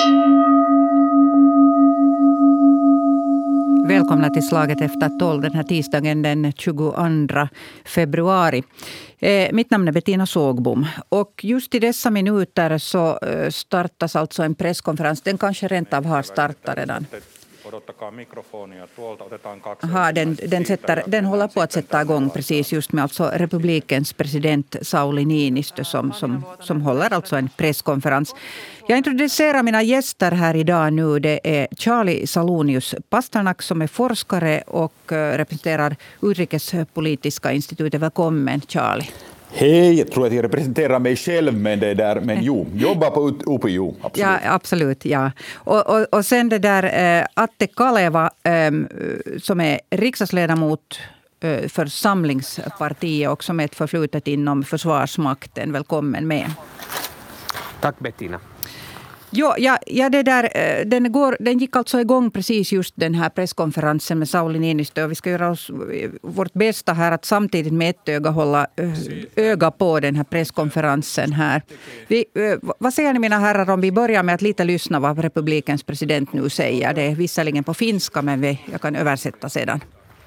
Välkomna till Slaget efter 12 den här tisdagen den 22 februari. Mitt namn är Bettina Sågbom. Och just i dessa minuter så startas alltså en presskonferens. Den kanske rent av har startat redan. Aha, den håller på att sätta igång precis just med alltså republikens president Sauli Niinistö som håller alltså en presskonferens. Jag introducerar mina gäster här idag nu. Det är Charlie Salonius Pasternak som är forskare och representerar Utrikespolitiska institutet. Välkommen Charlie. Hej, jag tror att jag representerar mig själv med det där, men jo, jobbar på UPU, absolut. Ja, absolut, ja. Och sen det där Atte Kaleva som är riksdagsledamot för Samlingspartiet och som är ett förflutet inom Försvarsmakten. Välkommen med. Tack Bettina. Ja, det där, den gick alltså igång precis just den här presskonferensen med Sauli Niinistö. Och vi ska göra vårt bästa här att samtidigt med ett öga hålla öga på den här presskonferensen här. Vad säger ni mina herrar om vi börjar med att lite lyssna vad republikens president nu säger? Det är visserligen på finska men jag kan översätta sedan.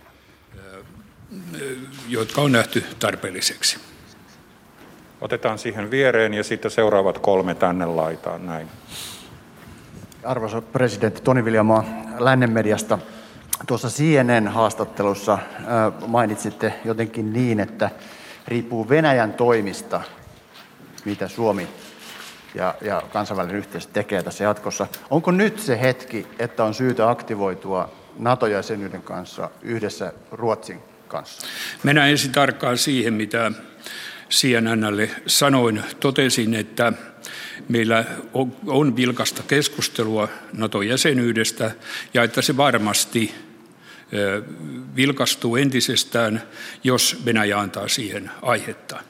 Jotka on nähty tarpeelliseksi. Otetaan siihen viereen ja sitten seuraavat 3 tänne laitaan näin. Arvoisa presidentti Toni Viljamaa Lännen mediasta. Tuossa CNN-haastattelussa mainitsitte jotenkin niin, että riippuu Venäjän toimista, mitä Suomi ja kansainvälinen yhteisö tekee tässä jatkossa. Onko nyt se hetki, että on syytä aktivoitua NATO-jäsenyyden kanssa yhdessä Ruotsin kanssa? Mennään ensin tarkkaan siihen, mitä CNN:lle sanoin. Totesin, että meillä on vilkasta keskustelua NATO-jäsenyydestä ja että se varmasti vilkastuu entisestään, jos Venäjä antaa siihen aihetta.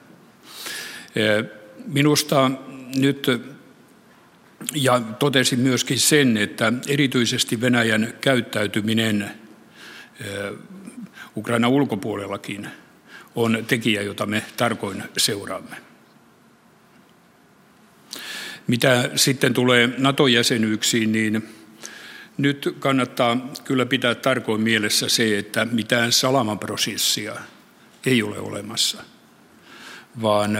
Minusta nyt, ja totesin myöskin sen, että erityisesti Venäjän käyttäytyminen Ukrainan ulkopuolellakin on tekijä, jota me tarkoin seuraamme. Mitä sitten tulee NATO-jäsenyyksiin, niin nyt kannattaa kyllä pitää tarkoin mielessä se, että mitään salamaprosessia ei ole olemassa, vaan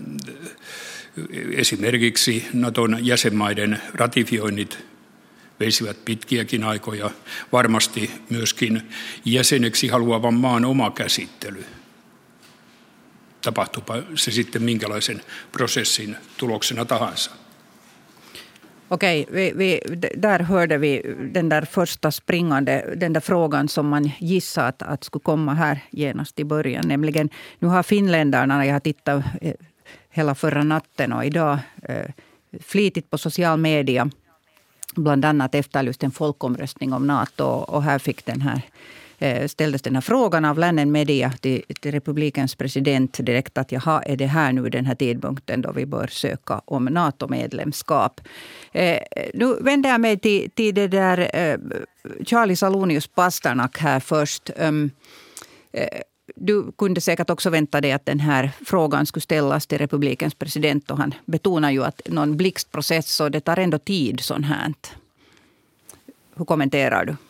esimerkiksi NATOn jäsenmaiden ratifioinnit veisivät pitkiäkin aikoja. Varmasti myöskin jäseneksi haluavan maan oma käsittely. Tapahtuupa se sitten minkälaisen prosessin tuloksena tahansa. Okej, där hörde vi den där första springande, den där frågan som man gissat att skulle komma här genast i början. Nämligen, nu har finländarna, jag har tittat hela förra natten och idag flitigt på social media, bland annat efterlyst en folkomröstning om NATO och här fick ställdes den här frågan av Lännen media till republikens president direkt att jaha, är det här nu den här tidpunkten då vi bör söka om NATO-medlemskap. Nu vänder jag mig till det där Charlie Salonius Pasternak här först. Du kunde säkert också vänta dig att den här frågan skulle ställas till republikens president och han betonar ju att någon blixtprocess så det tar ändå tid sånt här. Hur kommenterar du?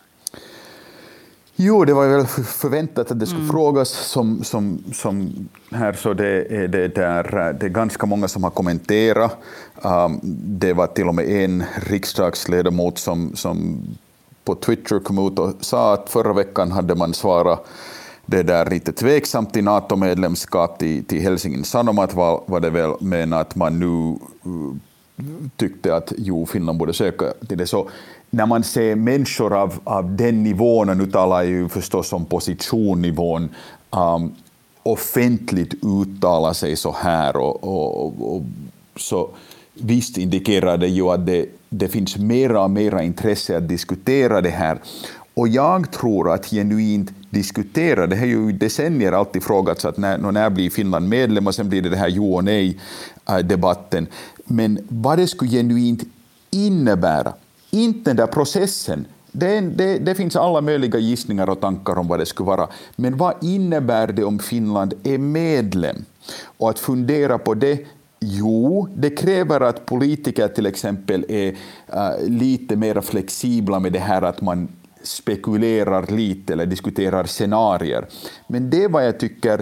Jo, det var väl förväntat att det skulle frågas som här, så det är ganska många som har kommenterat. Det var till och med en riksdagsledamot som på Twitter kom ut och sa att förra veckan hade man svarat det där lite tveksamt till NATO-medlemskap till Helsingin Sanomat var det väl, men att man nu tyckte att Finland borde söka till det. Så när man ser människor av den nivån, och nu talar jag ju förstås om positionnivån, offentligt uttala sig så här och så visst indikerar det ju att det finns mera och mera intresse att diskutera det här. Och jag tror att genuint diskutera, det har ju i decennier alltid frågats att när blir Finland medlem, och sen blir det här jo och nej debatten. Men vad det skulle genuint innebära, inte den där processen, det finns alla möjliga gissningar och tankar om vad det skulle vara. Men vad innebär det om Finland är medlem? Och att fundera på det Jo, det kräver att politiker till exempel är lite mer flexibla med det här att man spekulerar lite eller diskuterar scenarier. Men det är vad jag tycker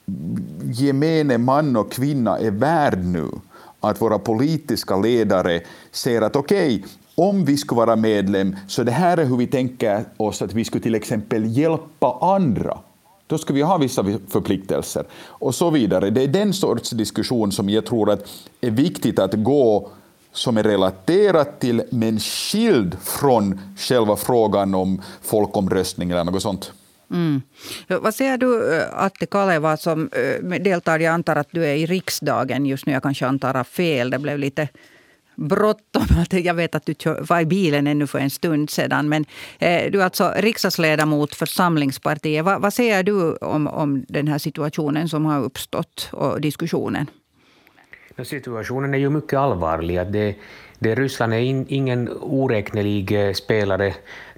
gemene man och kvinna är värd nu. Att våra politiska ledare säger att okej, om vi skulle vara medlem så det här är hur vi tänker oss att vi skulle till exempel hjälpa andra. Då ska vi ha vissa förpliktelser och så vidare. Det är den sorts diskussion som jag tror att är viktigt att gå som är relaterat till men skild från själva frågan om folkomröstning eller något sånt. Mm. Vad säger du, Atte Kaleva, som deltar? Jag antar att du är i riksdagen just nu. Jag kanske antar fel. Det blev lite bråttom. Jag vet att du var i bilen ännu för en stund sedan. Men du är alltså riksdagsledamot för Samlingspartiet. Vad säger du om den här situationen som har uppstått och diskussionen? Situationen är ju mycket allvarlig. Att Ryssland är ingen oräknelig spelare.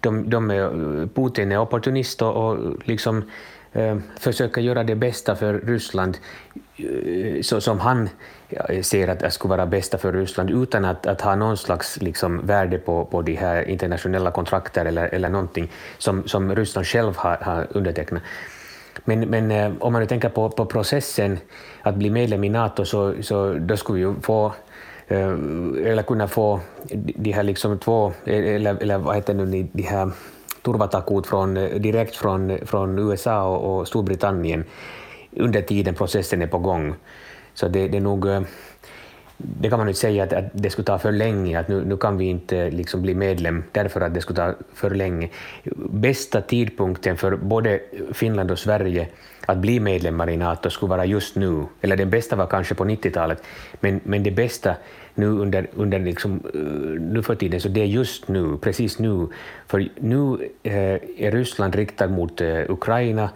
Putin är opportunist och liksom försöker göra det bästa för Ryssland så som han ser att det skulle vara bästa för Ryssland utan att ha någon slags liksom värde på de här internationella kontrakter eller någonting som Ryssland själv har undertecknat. Men om man nu tänker på processen att bli medlem i NATO så då skulle vi ju få eller kunna få de här liksom två eller vad heter nu de här turvatakuut direkt från USA och Storbritannien under tiden processen är på gång. Så det är nog, det kan man inte säga att det skulle ta för länge, att nu kan vi inte liksom bli medlem därför att det skulle ta för länge. Bästa tidpunkten för både Finland och Sverige att bli medlemmar i NATO skulle vara just nu, eller den bästa var kanske på 90-talet, men det bästa nu under liksom, nu för tiden, så det är just nu, precis nu, för nu är Ryssland riktad mot Ukraina.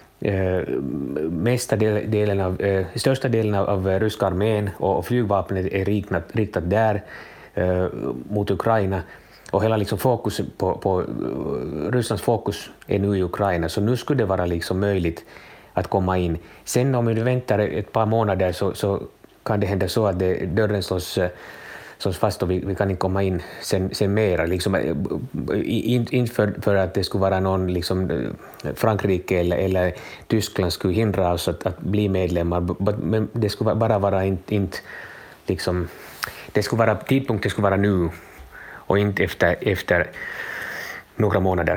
Största delen av ryska armén och flygvapnet är riktat där mot Ukraina, och hela liksom fokus på Rysslands fokus är nu i Ukraina, så nu skulle det vara liksom möjligt att komma in. Sen om vi väntar ett par månader så kan det hända så att dörren slås fast och vi kan inte komma in sen mera. Liksom, inte för att det skulle vara någon liksom, Frankrike eller Tyskland skulle hindra oss att bli medlemmar, men det skulle bara vara inte liksom, det skulle vara tidpunkten skulle vara nu och inte efter några månader.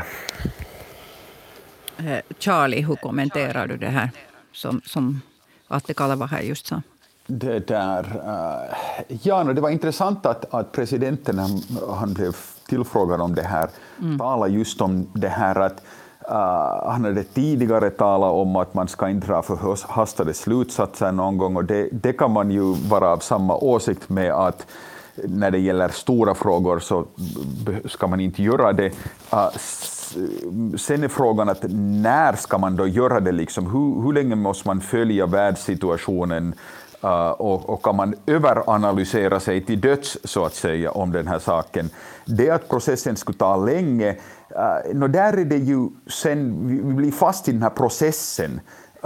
Charlie, hur kommenterar du det här som Atte Kaleva här just sa? Det var intressant att presidenten, han blev tillfrågad om det här, talade just om det här att han hade tidigare talat om att man ska inte dra för hastade slutsatser någon gång, och det kan man ju vara av samma åsikt med, att när det gäller stora frågor så ska man inte göra det. Sen är frågan att när ska man då göra det? Liksom? Hur länge måste man följa världssituationen och kan man överanalysera sig till döds så att säga om den här saken? Det att processen skulle ta länge, där är det ju sen, vi blir fast i den här processen.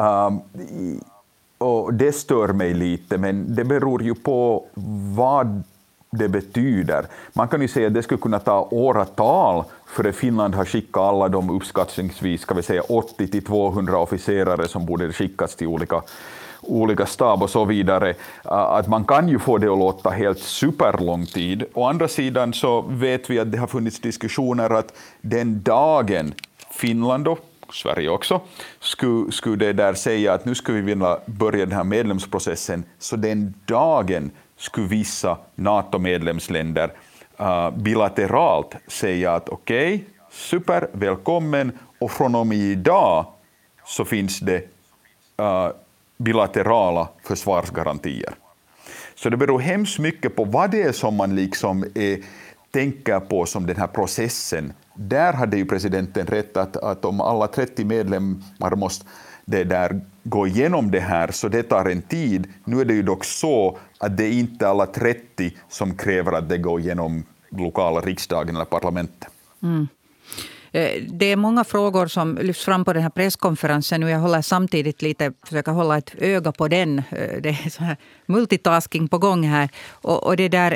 Och det stör mig lite, men det beror ju på vad det betyder. Man kan ju säga att det skulle kunna ta åratal för Finland har skickat alla de uppskattningsvis, ska vi säga 80-200 officerare som borde skickas till olika stab och så vidare. Att man kan ju få det att låta helt superlång tid. Å andra sidan så vet vi att det har funnits diskussioner att den dagen Finland och Sverige också skulle det där säga att nu ska vi vilja börja den här medlemsprocessen, så den dagen skulle vissa NATO-medlemsländer bilateralt säga att okej, super, välkommen, och från och med idag så finns det bilaterala försvarsgarantier. Så det beror hemskt mycket på vad det är som man liksom tänker på som den här processen. Där hade ju presidenten rätt att om alla 30 medlemmar måste det där gå igenom det här, så det tar en tid. Nu är det ju dock så att det är inte alla 30 som kräver att det går igenom lokala riksdagen eller parlamentet. Det är många frågor som lyfts fram på den här presskonferensen och jag håller samtidigt försöker hålla ett öga på den. Det är så här multitasking på gång här. Och det där...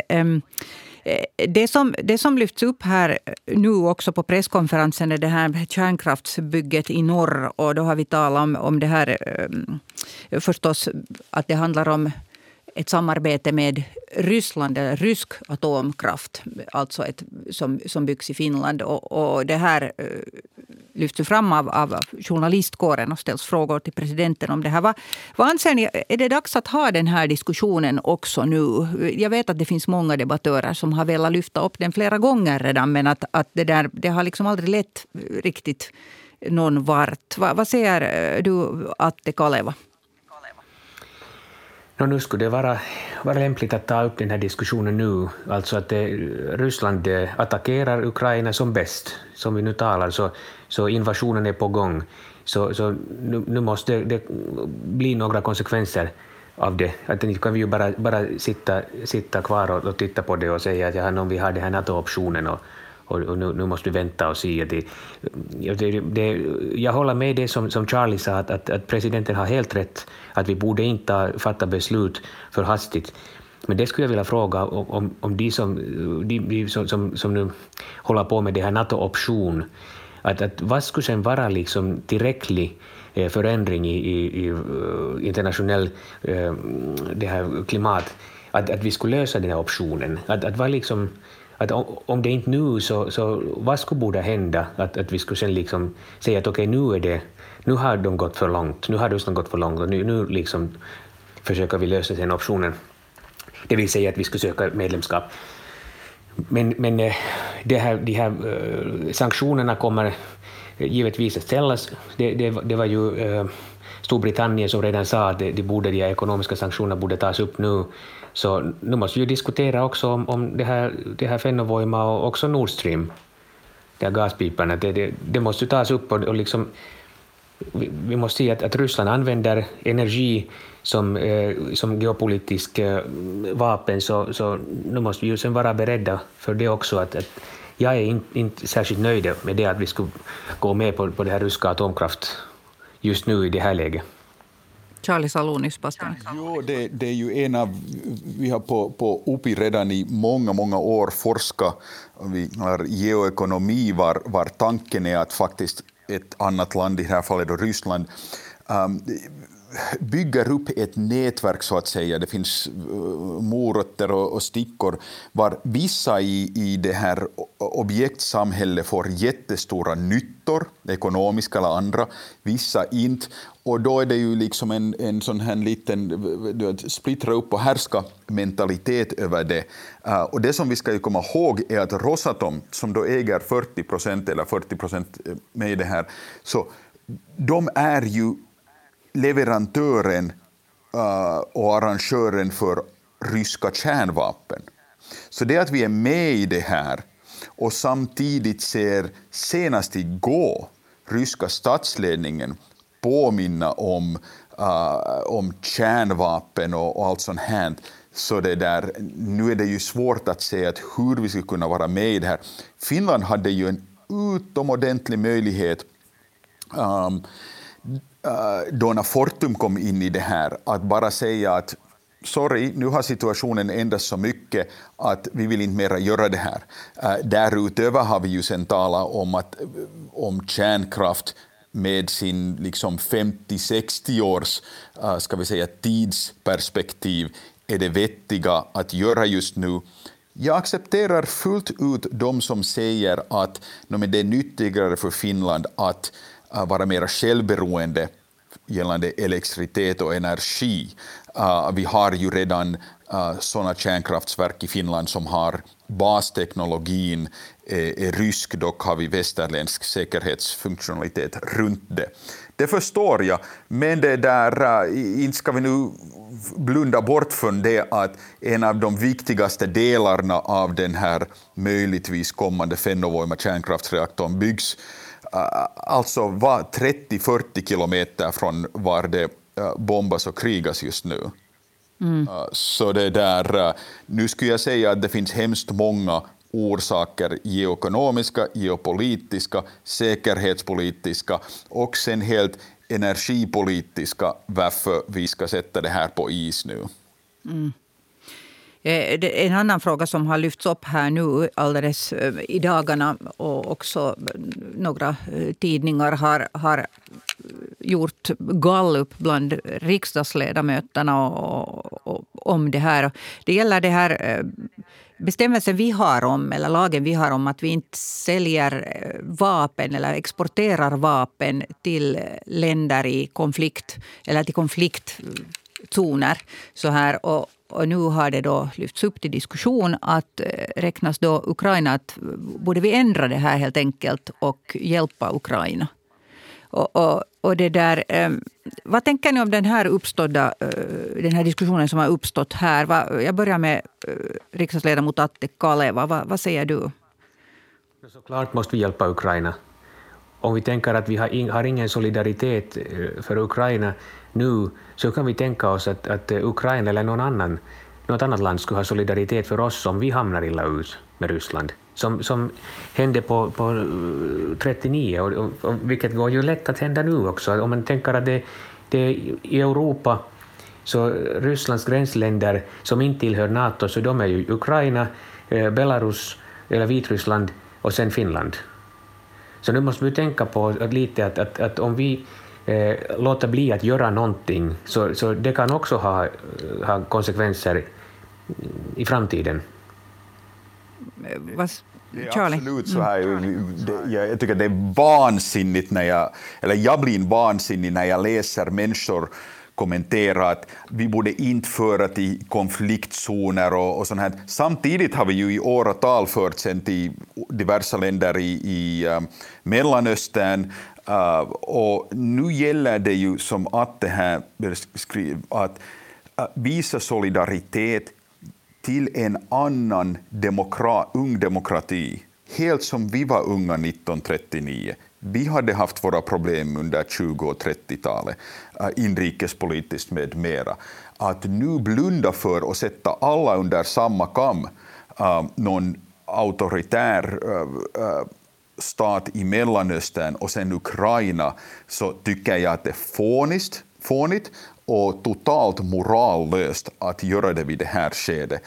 Det som lyfts upp här nu också på presskonferensen är det här kärnkraftsbygget i norr. Och då har vi talat om det här förstås att det handlar om ett samarbete med Ryssland, eller rysk atomkraft, alltså som byggs i Finland. Och det här lyfts fram av journalistkåren och ställs frågor till presidenten om det här. Vad anser ni, är det dags att ha den här diskussionen också nu? Jag vet att det finns många debattörer som har velat lyfta upp den flera gånger redan, men att det har liksom aldrig lett riktigt någon vart. Vad säger du, Atte Kaleva? Nu skulle det vara lämpligt att ta upp den här diskussionen nu. Alltså att Ryssland attackerar Ukraina som bäst. Som vi nu talar så invasionen är på gång. Så nu måste det bli några konsekvenser av det. Att inte kan vi ju bara sitta kvar och titta på det och säga att vi har den här NATO-optionen och nu måste vi vänta och se. Jag håller med det som Charlie sa att presidenten har helt rätt att vi borde inte fatta beslut för hastigt. Men det skulle jag vilja fråga om de som nu håller på med det här NATO-option. Att vad skulle sen vara liksom tillräcklig förändring i internationell det här klimat att vi skulle lösa den här optionen. Att vara liksom... Att om det inte nu så vad skulle borde hända att vi skulle sen liksom säga att okej, nu har de gått för långt, nu har Ryssland gått för långt och nu liksom försöker vi lösa den optionen. Det vill säga att vi skulle söka medlemskap. Men de här sanktionerna kommer givetvis att ställas. Det var ju Storbritannien som redan sa att de ekonomiska sanktionerna borde tas upp nu. Så nu måste vi diskutera också om det här Fennovoima och också Nord Stream, de här gaspiparna. Det måste tas upp och liksom, vi måste se att Ryssland använder energi som geopolitisk vapen, så nu måste vi ju sen vara beredda för det också. Att jag är inte särskilt nöjd med det att vi skulle gå med på det här ryska atomkraft just nu i det här läget. Charlie Salonis, Jo, det är ju vi har på UPI redan i många år forskat. Vi har geoekonomi var tanken är att faktiskt ett annat land, i det här fallet då Ryssland, bygger upp ett nätverk så att säga. Det finns morötter och stickor var vissa i det här objektsamhället får jättestora nyttor, ekonomiska eller andra, vissa inte. Och då är det ju liksom en sån här liten splittra upp och härska mentalitet över det. Och det som vi ska ju komma ihåg är att Rosatom, som då äger 40% eller 40% med i det här, så de är ju leverantören och arrangören för ryska kärnvapen. Så det att vi är med i det här och samtidigt ser senast igår ryska statsledningen påminna om kärnvapen och allt sånt här. Så nu är det ju svårt att säga att hur vi ska kunna vara med i det här. Finland hade ju en utomordentlig möjlighet då när Fortum kom in i det här, att bara säga att sorry, nu har situationen ändrats så mycket att vi vill inte mer göra det här. Därutöver har vi ju sen talat om kärnkraft med sin liksom 50-60 års ska vi säga, tidsperspektiv är det vettiga att göra just nu. Jag accepterar fullt ut de som säger att det är nyttigare för Finland att vara mer självberoende gällande elektricitet och energi. Vi har ju redan sådana kärnkraftverk i Finland som har basteknologin är rysk, dock har vi västerländsk säkerhetsfunktionalitet runt det. Det förstår jag, men det där, inte ska vi nu blunda bort från det att en av de viktigaste delarna av den här möjligtvis kommande Fennovoima kärnkraftsreaktorn byggs alltså var 30-40 kilometer från var det bombas och krigas just nu. Så det där, nu skulle jag säga att det finns hemskt många orsaker, geoekonomiska, geopolitiska, säkerhetspolitiska och sen helt energipolitiska, varför vi ska sätta det här på is nu. En annan fråga som har lyfts upp här nu alldeles i dagarna, och också några tidningar har gjort gallup bland riksdagsledamöterna och om det här. Det gäller det här bestämmelsen vi har om, eller lagen vi har om, att vi inte säljer vapen eller exporterar vapen till länder i konflikt eller till konfliktzoner. Så här, och nu har det då lyfts upp till diskussion att räknas då Ukraina, att borde vi ändra det här helt enkelt och hjälpa Ukraina. Och det där, vad tänker ni om den här diskussionen som har uppstått här? Jag börjar med riksdagsledamot Atte Kaleva. Vad säger du? Såklart måste vi hjälpa Ukraina. Om vi tänker att vi har ingen solidaritet för Ukraina nu, så kan vi tänka oss att Ukraina eller något annat land skulle ha solidaritet för oss om vi hamnar illa ut med Ryssland. Som hände på 39, och vilket går ju lätt att hända nu också. Om man tänker att det är i Europa, så Rysslands gränsländer som inte tillhör NATO, så de är ju Ukraina, Belarus eller Vitryssland och sen Finland. Så nu måste vi tänka på lite att om vi låter bli att göra någonting, så det kan också ha konsekvenser i framtiden. Charlie? Absolut så här. Jag tycker det är vansinnigt jag blir vansinnig när jag läser människor kommentera att vi borde inte föra till konfliktzoner och sånt här. Samtidigt har vi ju i åratal fört sen till diverse länder i Mellanöstern. Och nu gäller det ju, som Atte här skriver, att visa solidaritet till en annan ung demokrati. Helt som vi var unga 1939. Vi hade haft våra problem under 20- och 30-talet, inrikespolitiskt med mera. Att nu blunda för och sätta alla under samma kam, någon auktoritär stat i Mellanöstern och sen Ukraina, så tycker jag att det är fånigt och totalt morallöst att göra det vid det här skedet.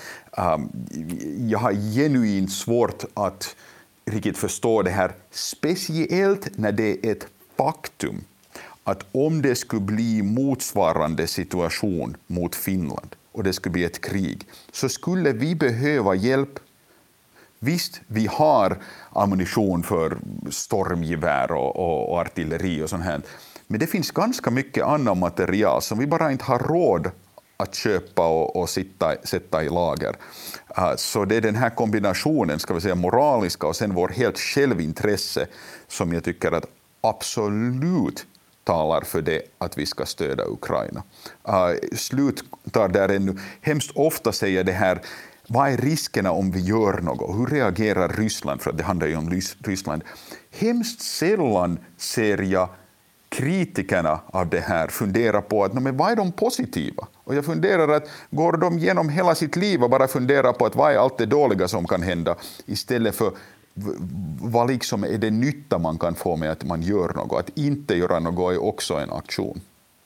Jag har genuint svårt att riktigt förstå det här, speciellt när det är ett faktum att om det skulle bli motsvarande situation mot Finland och det skulle bli ett krig, så skulle vi behöva hjälp. Visst, vi har ammunition för stormgevär och artilleri och sånt här, men det finns ganska mycket annan material som vi bara inte har råd att köpa och sätta i lager. Så det är den här kombinationen, ska vi säga, moraliska och sen vår helt självintresse, som jag tycker att absolut talar för det att vi ska stödja Ukraina. Slut tar där ännu. Hemskt ofta säger det här, vad är riskerna om vi gör något? Hur reagerar Ryssland? För att det handlar ju om Ryssland. Hemskt sällan ser jag kritikerna av det här fundera på att men vad är de positiva? Och jag funderar att går de genom hela sitt liv och bara funderar på att vad är allt det dåliga som kan hända, istället för vad liksom är det nytta man kan få med att man gör något. Att inte göra något är också en aktion.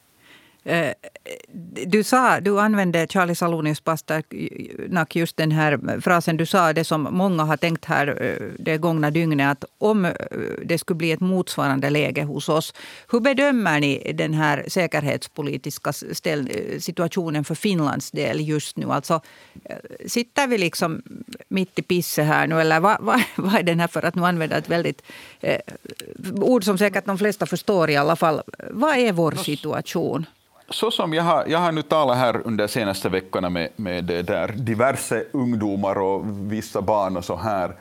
Du använde, Charlie Salonius Pasternak, just den här frasen. Du sa det som många har tänkt här det gångna dygnet, att om det skulle bli ett motsvarande läge hos oss. Hur bedömer ni den här säkerhetspolitiska situationen för Finlands del just nu? Alltså, sitter vi liksom mitt i pisse här nu, eller vad är den här, för att nu använda ett väldigt ord som säkert de flesta förstår i alla fall. Vad är vår situation? Så som jag har nu talat här under senaste veckorna med det där diverse ungdomar och vissa barn och så här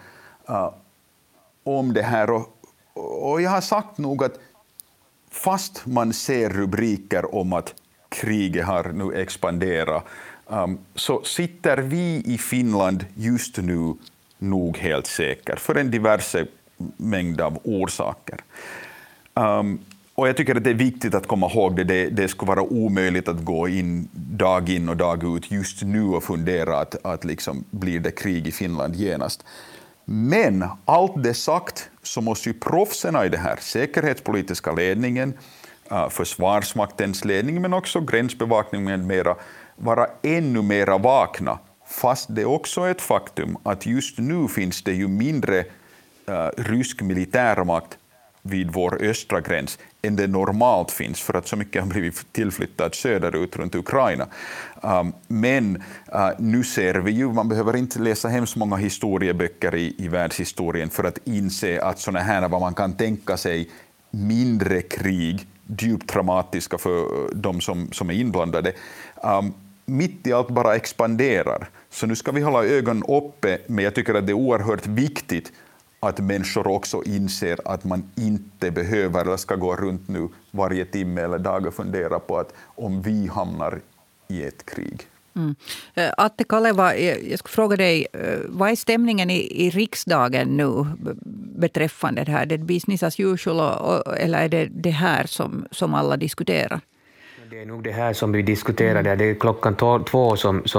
om det här, och jag har sagt nog att fast man ser rubriker om att kriget har nu expanderat, så sitter vi i Finland just nu nog helt säkert för en diverse mängd av orsaker. Och jag tycker att det är viktigt att komma ihåg det. Det skulle vara omöjligt att gå in och dag ut just nu och fundera att liksom blir det krig i Finland genast. Men allt det sagt så måste ju proffsen i det här, säkerhetspolitiska ledningen, försvarsmaktens ledning, men också gränsbevakning med mera, vara ännu mera vakna. Fast det är också ett faktum att just nu finns det ju mindre rysk militärmakt vid vår östra gräns än det normalt finns, för att så mycket har blivit tillflyttat söderut runt Ukraina. Men nu ser vi ju, man behöver inte läsa hemskt många historieböcker i världshistorien för att inse att sådana här, vad man kan tänka sig, mindre krig, djupt traumatiska för de som är inblandade, mitt i allt bara expanderar. Så nu ska vi hålla ögonen uppe, men jag tycker att det är oerhört viktigt att människor också inser att man inte behöver eller ska gå runt nu varje timme eller dag och fundera på att om vi hamnar i ett krig. Atte Kaleva, jag ska fråga dig, vad är stämningen i riksdagen nu beträffande det här? Det är business as usual eller är det här som alla diskuterar? Det är nog det här som vi diskuterade. Det är klockan 2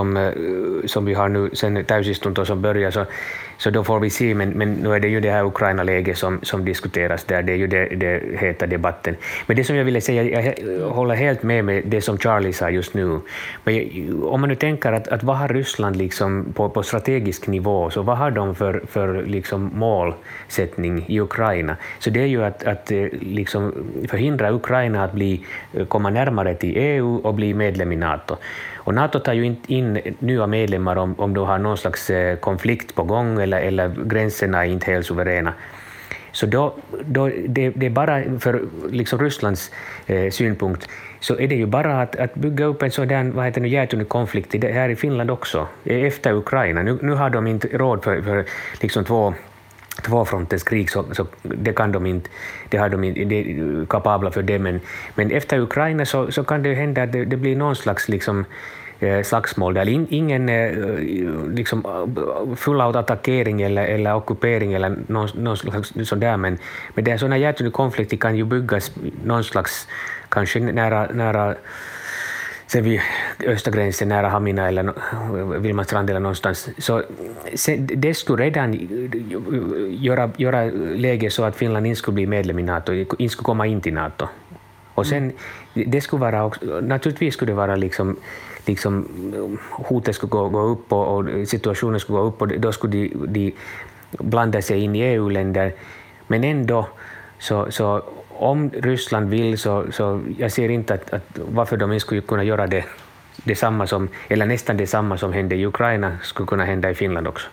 som vi har nu sen täysistunto som börjar, så då får vi se, men nu är det ju det här Ukraina-läget som diskuteras där, det är ju det heta debatten. Men det som jag ville säga, jag håller helt med det som Charlie sa just nu. Men om man nu tänker att vad har Ryssland liksom på strategisk nivå, så vad har de för liksom målsättning i Ukraina? Så det är ju att liksom förhindra Ukraina att komma närmare till EU och bli medlem i NATO. Och NATO tar ju inte in nya medlemmar om du har någon slags konflikt på gång eller gränserna är inte helt suveräna. Så då det är bara för liksom Rysslands synpunkt, så är det ju bara att bygga upp en sådan jättelik konflikt här i Finland också, efter Ukraina. Nu har de inte råd för liksom tvåfrontens krig, så det kan de inte, det är kapabla för det, men efter Ukraina så kan det hända att det blir någon slags liksom slagsmål där ingen liksom full attackering eller ockupering eller någon slags sådär, men det är sådana jättelik konflikter kan ju byggas någon slags, kanske nära sen vid östergränsen nära Hamina eller Vilmastrand eller någonstans. Så det skulle redan göra läget så att Finland inte skulle bli medlem i NATO, inte skulle komma in till NATO. Och sen, det skulle vara också, naturligtvis skulle det vara liksom hotet skulle gå upp och situationen skulle gå upp, och då skulle de blanda sig in i EU-länder. Men ändå så om Ryssland vill så jag ser inte att varför de inte skulle kunna göra detsamma som, eller nästan detsamma som hände i Ukraina skulle kunna hända i Finland också.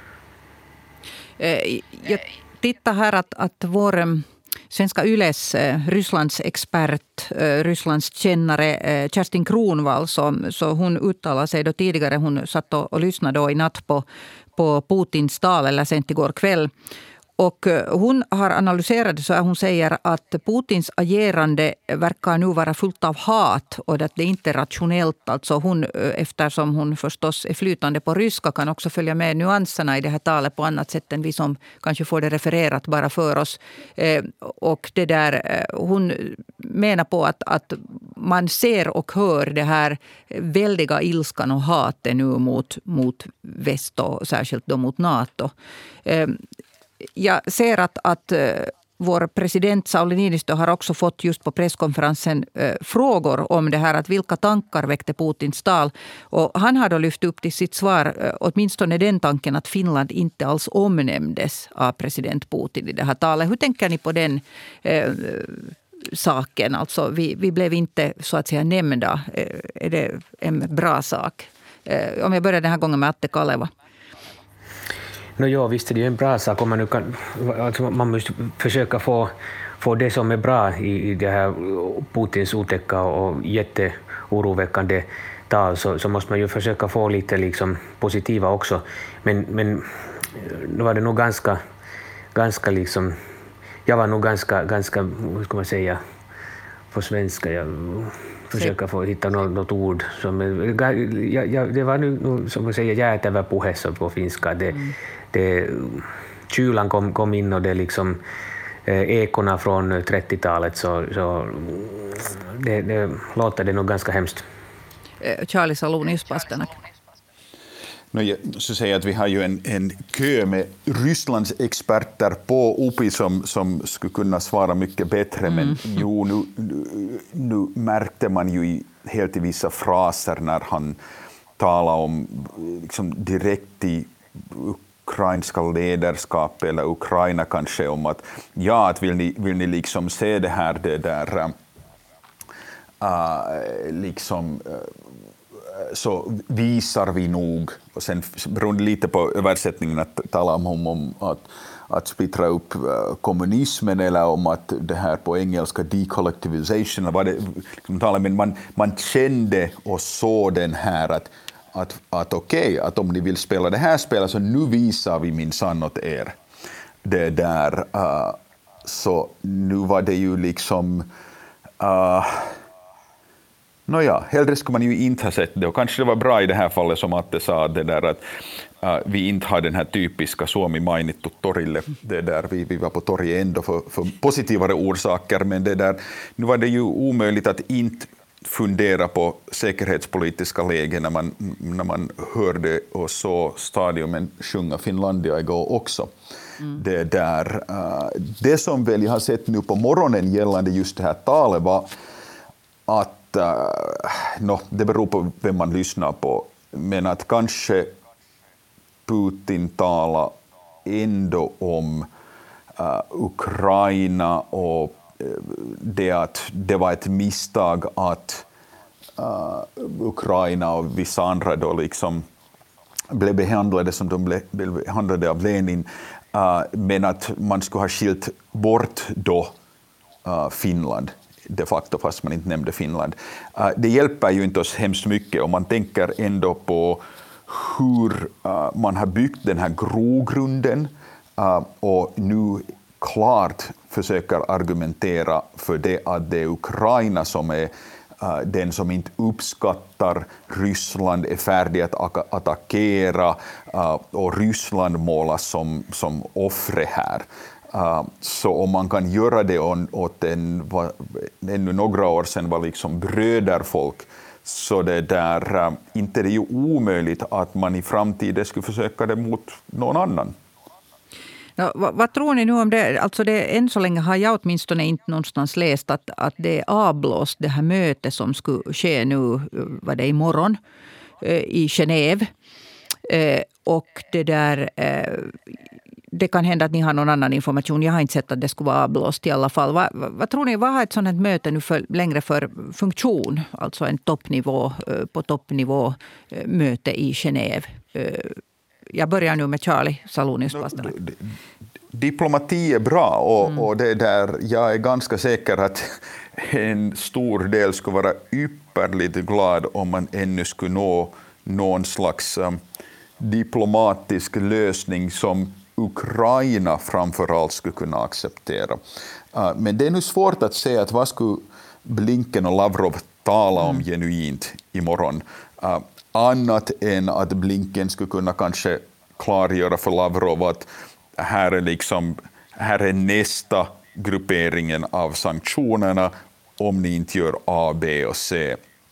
Jag tittar här att vår Svenska Yles Rysslands expert, Rysslands kännare Kerstin Kronvall, så hon uttalade sig då tidigare, hon satt och lyssnade då i natt på Putins tal eller sent igår kväll. Och hon har analyserat så att hon säger att Putins agerande verkar nu vara fullt av hat och att det inte är rationellt. Alltså hon, eftersom hon förstås är flytande på ryska, kan också följa med nyanserna i det här talet på annat sätt än vi som kanske får det refererat bara för oss. Och det där, hon menar på att man ser och hör det här väldiga ilskan och hatet nu mot väst och särskilt då mot NATO. Jag ser att vår president Sauli Niinistö har också fått just på presskonferensen frågor om det här, att vilka tankar väckte Putins tal. Och han har då lyft upp till sitt svar åtminstone den tanken att Finland inte alls omnämndes av president Putin i det här talet. Hur tänker ni på den saken? Alltså vi blev inte så att säga nämnda. Är det en bra sak? Om jag börjar den här gången med Atte Kaleva. Ja, visst är det ju en bra sak om man nu kan, alltså man måste försöka få det som är bra i det här Putins otäcka och jätteoroväckande tal, så måste man ju försöka få lite liksom positiva också. Men nu var det nog ganska liksom, jag var nog ganska hur ska man säga på svenska, jag försöker få hitta något ord som det var nu som man säger jäätävä puhe på finska. Kylan kom in och det liksom ekorna från 30-talet, så det låter det nog ganska hemskt. Charlie Salonius Pasternak. Så säger att vi har ju en kö med Rysslands experter på UPI som skulle kunna svara mycket bättre, men nu märkte man ju helt i vissa fraser när han talade om liksom direkt i ukrainska ledarskap eller Ukraina kanske, om att att vill ni liksom se det här, det där liksom så visar vi nog, och sen beroende lite på översättningen att tala om att splittra upp kommunismen eller om att det här på engelska decollectivization, var det liksom, men man kände och såg den här att okej, att om ni vill spela det här spelet så nu visar vi minsann åt er det där, så nu var det ju liksom hellre skulle man ju inte ha sett det, och kanske det var bra i det här fallet som Atte sa, det där att vi inte har den här typiska Suomi mainittu torille, det där vi var på torget ändå för positivare orsaker, men det där, nu var det ju omöjligt att inte fundera på säkerhetspolitiska läge när man hörde och så stadiumen sjunga Finlandia igår också. Det där, det som väl jag har sett nu på morgonen gällande just det här talet var att det beror på vem man lyssnar på, men att kanske Putin talar ändå om Ukraina och det var ett misstag att Ukraina och vissa andra då liksom blev behandlade som de blev behandlade av Lenin, men att man skulle ha skilt bort då Finland de facto, fast man inte nämnde Finland. Det hjälper ju inte oss hemskt mycket om man tänker ändå på hur man har byggt den här grogrunden och nu klart försöker argumentera för det att det är Ukraina som är den som inte uppskattar Ryssland, är färdig att attackera, och Ryssland målas som offre här. Så om man kan göra det åt ännu några år sedan var liksom bröderfolk, så det där, inte det är ju omöjligt att man i framtiden skulle försöka det mot någon annan. Ja, vad tror ni nu om det? Alltså än så länge har jag åtminstone inte någonstans läst att det är avblåst, det här mötet som skulle ske nu, var det imorgon, i Genève. Och det där... Det kan hända att ni har någon annan information. Jag har inte sett att det skulle vara avblåst i alla fall. Vad tror ni, vad har ett sådant här möte nu längre för funktion? Alltså en toppnivå, på toppnivå möte i Genève. Jag börjar nu med Charlie Salonius-Pastelak. Diplomati är bra och det där, jag är ganska säker att en stor del skulle vara ypperligt glad om man ännu skulle nå någon slags diplomatisk lösning som Ukraina framförallt skulle kunna acceptera. Men det är nu svårt att säga att vad skulle Blinken och Lavrov tala om genuint imorgon. Annat än att Blinken skulle kunna kanske klargöra för Lavrov att här är nästa grupperingen av sanktionerna om ni inte gör A, B och C.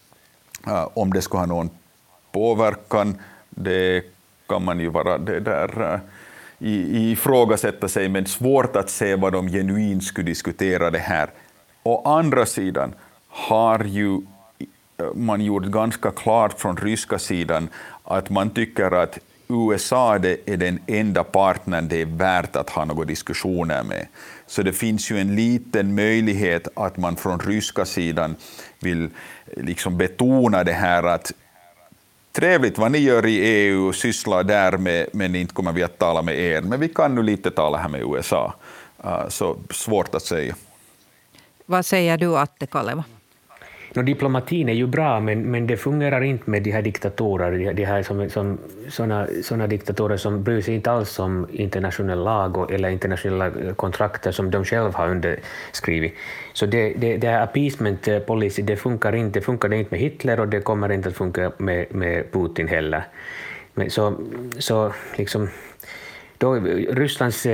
Om det skulle ha någon påverkan, det kan man ju vara det där ifrågasätta sig, men svårt att se vad de genuint skulle diskutera det här. Å andra sidan har ju man gjort ganska klart från ryska sidan att man tycker att USA är den enda partnern det är värt att ha några diskussioner med. Så det finns ju en liten möjlighet att man från ryska sidan vill liksom betona det här att trevligt vad ni gör i EU och sysslar där med, men inte kommer vi att tala med er. Men vi kan nu lite tala här med USA. Så svårt att säga. Vad säger du, Atte Kaleva? Diplomatin är ju bra, men det fungerar inte med de här diktatorer. De här såna diktatorer som bryr sig inte alls om internationell lag eller internationella kontrakter som de själva har underskrivit. Så det här appeasement policy, det funkar inte. Det funkade inte med Hitler och det kommer inte att funka med Putin heller. Men så liksom... Då, Rysslands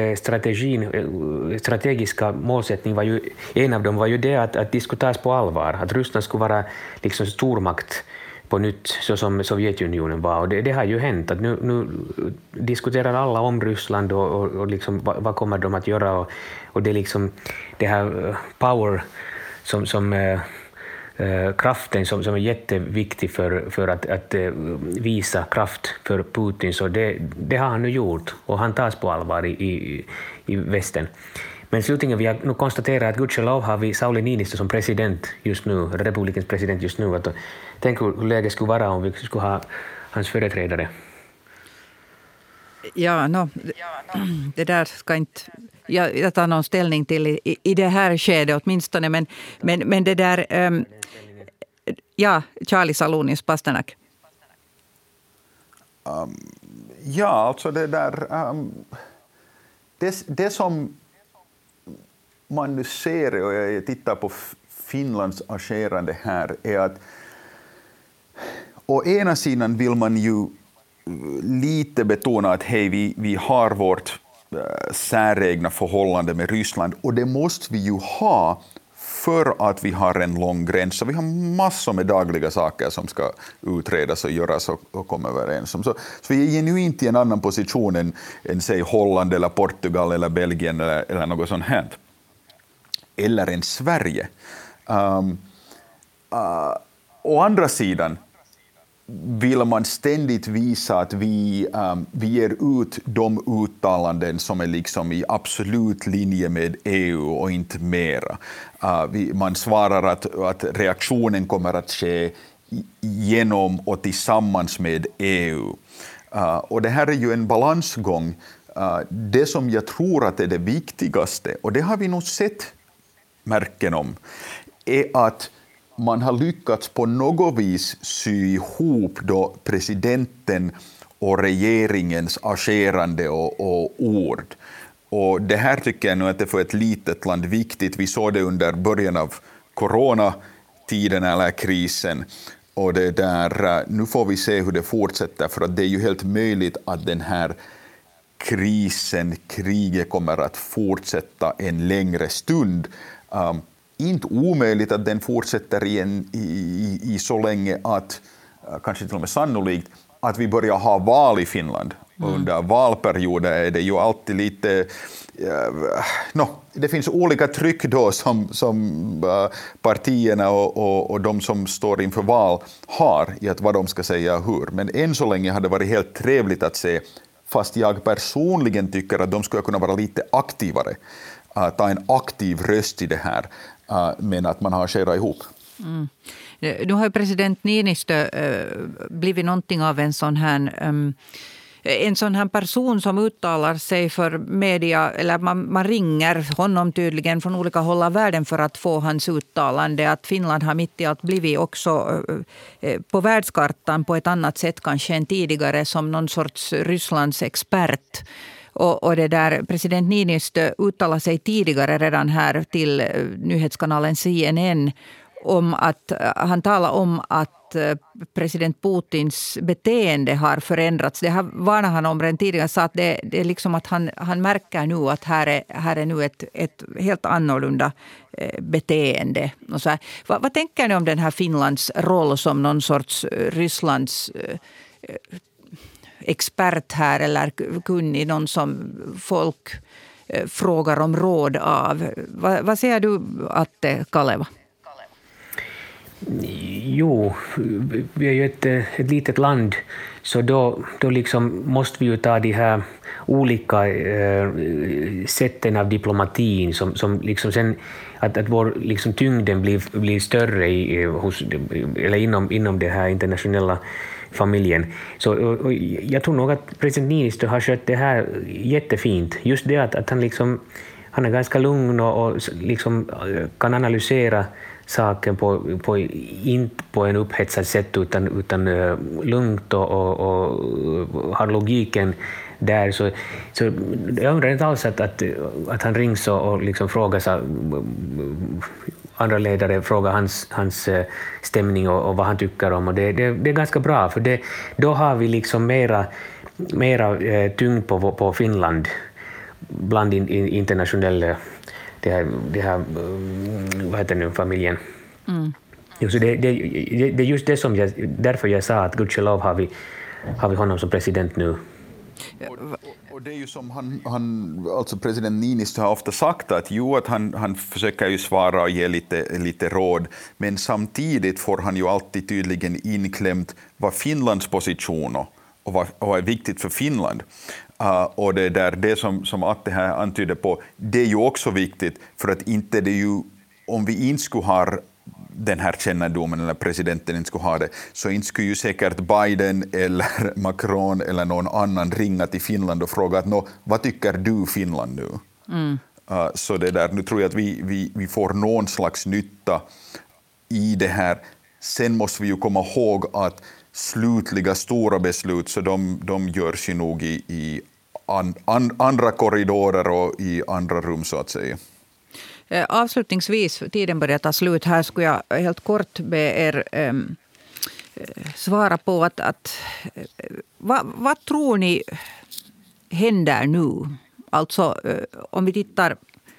strategiska målsättning var ju, en av dem var ju det att diskuteras på allvar, att Ryssland skulle vara liksom stormakt på nytt så som Sovjetunionen var. Och det har ju hänt att nu diskuterar alla om Ryssland och liksom, vad kommer de att göra. Och det är liksom det här power som kraften som är jätteviktig för att visa kraft för Putin. Så det har han nu gjort och han tas på allvar i västen. Men slutligen vi har nu konstaterat att gudskelov har vi Sauli Niinistö som president just nu, republikens president just nu. Tänk hur läget skulle vara om vi skulle ha hans företrädare. Ja, det där ska inte jag tar någon ställning till i det här skedet åtminstone. Men det där... Charlie Salonis, Pasternak. Ja, alltså det där... Det som man nu ser, och jag tittar på Finlands agerande här, är att å ena sidan vill man ju lite betona att hej, vi har vårt säregna förhållande med Ryssland, och det måste vi ju ha för att vi har en lång gräns. Så vi har massor med dagliga saker som ska utredas och göras och komma överens om. Så vi är genuint i en annan position än säg Holland eller Portugal eller Belgien eller något sånt här. Eller än Sverige. Å andra sidan vill man ständigt visa att vi ger ut de uttalanden som är liksom i absolut linje med EU och inte mera. Man svarar att reaktionen kommer att ske genom och tillsammans med EU. Och det här är ju en balansgång. Det som jag tror att är det viktigaste, och det har vi nog sett märken om, är att man har lyckats på något vis sy ihop då presidenten och regeringens agerande och ord. Och det här tycker jag nu att det är för ett litet land viktigt. Vi såg det under början av coronatiden eller krisen. Och det där, nu får vi se hur det fortsätter, för att det är ju helt möjligt att den här kriget kommer att fortsätta en längre stund. Inte omöjligt att den fortsätter i så länge att, kanske till och med sannolikt, att vi börjar ha val i Finland. Under valperioder är det ju alltid lite... det finns olika tryck då som partierna och de som står inför val har i att vad de ska säga och hur. Men än så länge har det varit helt trevligt att se, fast jag personligen tycker att de skulle kunna vara lite aktivare. Ta en aktiv röst i det här, men att man har skärat ihop. Nu har ju president Niinistö blivit någonting av en sån här person som uttalar sig för media, eller man ringer honom tydligen från olika håll av världen för att få hans uttalande. Att Finland har mitt i allt blivit också på världskartan på ett annat sätt kanske än tidigare, som någon sorts Rysslands expert. Och det där, president Niinistö uttalade sig tidigare redan här till nyhetskanalen CNN om att han talade om att president Putins beteende har förändrats. Det här varnade han om redan tidigare, så att det är liksom att han märker nu att här är nu ett helt annorlunda beteende. Och så här. Vad tänker ni om den här Finlands roll som någon sorts Rysslands expert här, eller kunnig, någon som folk frågar om råd av? Vad säger du, Atte Kaleva? Jo, vi är ju ett litet land, så då liksom måste vi ju ta de här olika sätten av diplomatin som liksom sen att vår liksom tyngden blir större inom det här internationella familjen. Så och jag tror nog att president Niinistö har skött det här jättefint. Just det att han är ganska lugn och liksom kan analysera saken inte på en upphetsad sätt utan lugnt och har logiken där. Så jag undrar inte alls att han rings och liksom frågar sig, andra ledare frågar hans stämning och vad han tycker om, och det är ganska bra, för då har vi liksom mera tyngd på Finland bland internationella det här vad heter nu, familjen. Jo, så det är just det som därför jag sa att gudskelov har vi honom som president nu. Och det är ju som han alltså president Niinistö har ofta sagt att han försöker ju svara och ge lite råd, men samtidigt får han ju alltid tydligen inklämt vad Finlands position och vad är viktigt för Finland. Och det som Atte här antyder på, det är ju också viktigt, för att inte det ju, om vi inte skulle ha den här kännedomen eller presidenten inte skulle ha det, så inte skulle ju säkert Biden eller Macron eller någon annan ringa till Finland och fråga att vad tycker du Finland nu? Så nu tror jag att vi får någon slags nytta i det här. Sen måste vi ju komma ihåg att slutliga stora beslut, så de görs ju nog i andra korridorer och i andra rum så att säga. Avslutningsvis, tiden börjar ta slut här, skulle jag helt kort be er svara på vad tror ni händer nu? Alltså om vi tittar,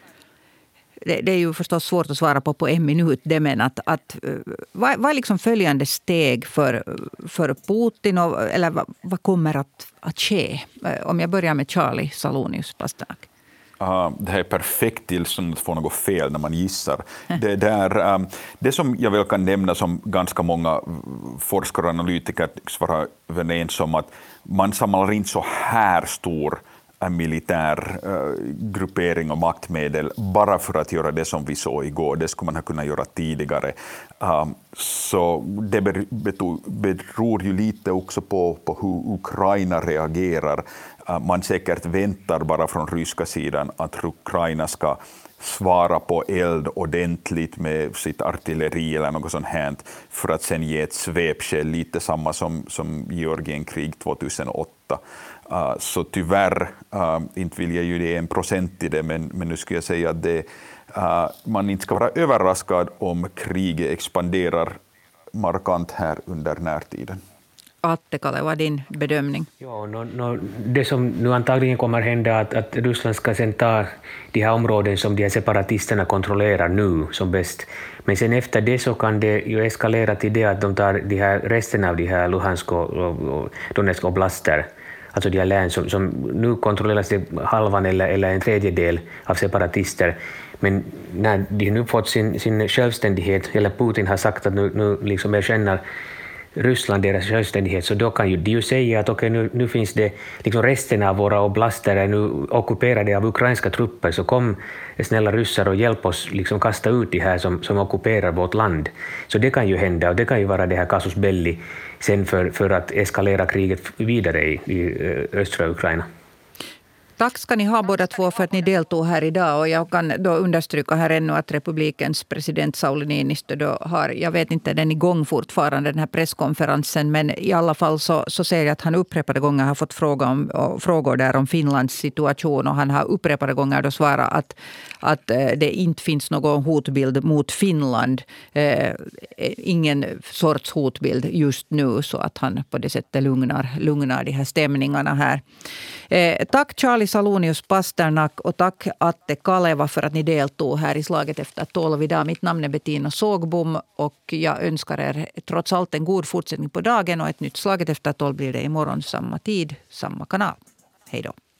det är ju förstås svårt att svara på en minut, det, men vad är liksom följande steg för Putin, eller vad kommer att ske? Om jag börjar med Charlie Salonius Pasternak. Det här är perfekt tillstånd att få något fel när man gissar. Det som jag väl kan nämna, som ganska många forskare och analytiker tycks vara överens om, att man samlar in så här stor militär gruppering och maktmedel bara för att göra det som vi såg igår. Det skulle man ha kunnat göra tidigare. Så det beror ju lite också på hur Ukraina reagerar. Man säkert väntar bara från ryska sidan att Ukraina ska svara på eld ordentligt med sitt artilleri eller något sånt här, för att sen ge ett svepskäl, lite samma som Georgienkrig 2008. Så tyvärr, inte vill jag ju det 1% i det, men nu skulle jag säga att man inte ska vara överraskad om kriget expanderar markant här under närtiden. Atte, Kalle, vad är din bedömning? Ja, det som nu antagligen kommer hända att Ryssland ska sen ta de här områden som de här separatisterna kontrollerar nu som bäst. Men sen efter det så kan det ju eskalera till det att de tar de här resten av de här Luhansk och Donetsk oblaster, alltså de här län som nu kontrolleras det halvan eller en tredjedel av separatister. Men när de nu fått sin självständighet, eller Putin har sagt att nu liksom erkänner Ryssland deras självständighet, så då kan ju de ju säga att okej, nu finns det liksom resten av våra oblaster är nu ockuperade av ukrainska trupper, så kom snälla ryssar och hjälp oss liksom kasta ut de här som ockuperar vårt land. Så det kan ju hända, och det kan ju vara det här casus belli sen för att eskalera kriget vidare i östra Ukraina. Tack ska ni ha båda två för att ni deltog här idag, och jag kan då understryka här ännu att republikens president Sauli Niinistö då har, jag vet inte, den igång fortfarande den här presskonferensen, men i alla fall så ser jag att han upprepade gånger har fått frågor där om Finlands situation, och han har upprepade gånger då svarat att det inte finns någon hotbild mot Finland, ingen sorts hotbild just nu, så att han på det sättet lugnar de här stämningarna här. Tack Charlie Salonius Pasternak och tack Atte Kaleva för att ni deltog här i Slaget efter 12 idag. Mitt namn är Bettina Sågbom och jag önskar er trots allt en god fortsättning på dagen, och ett nytt Slaget efter 12 blir det imorgon samma tid, samma kanal. Hej då.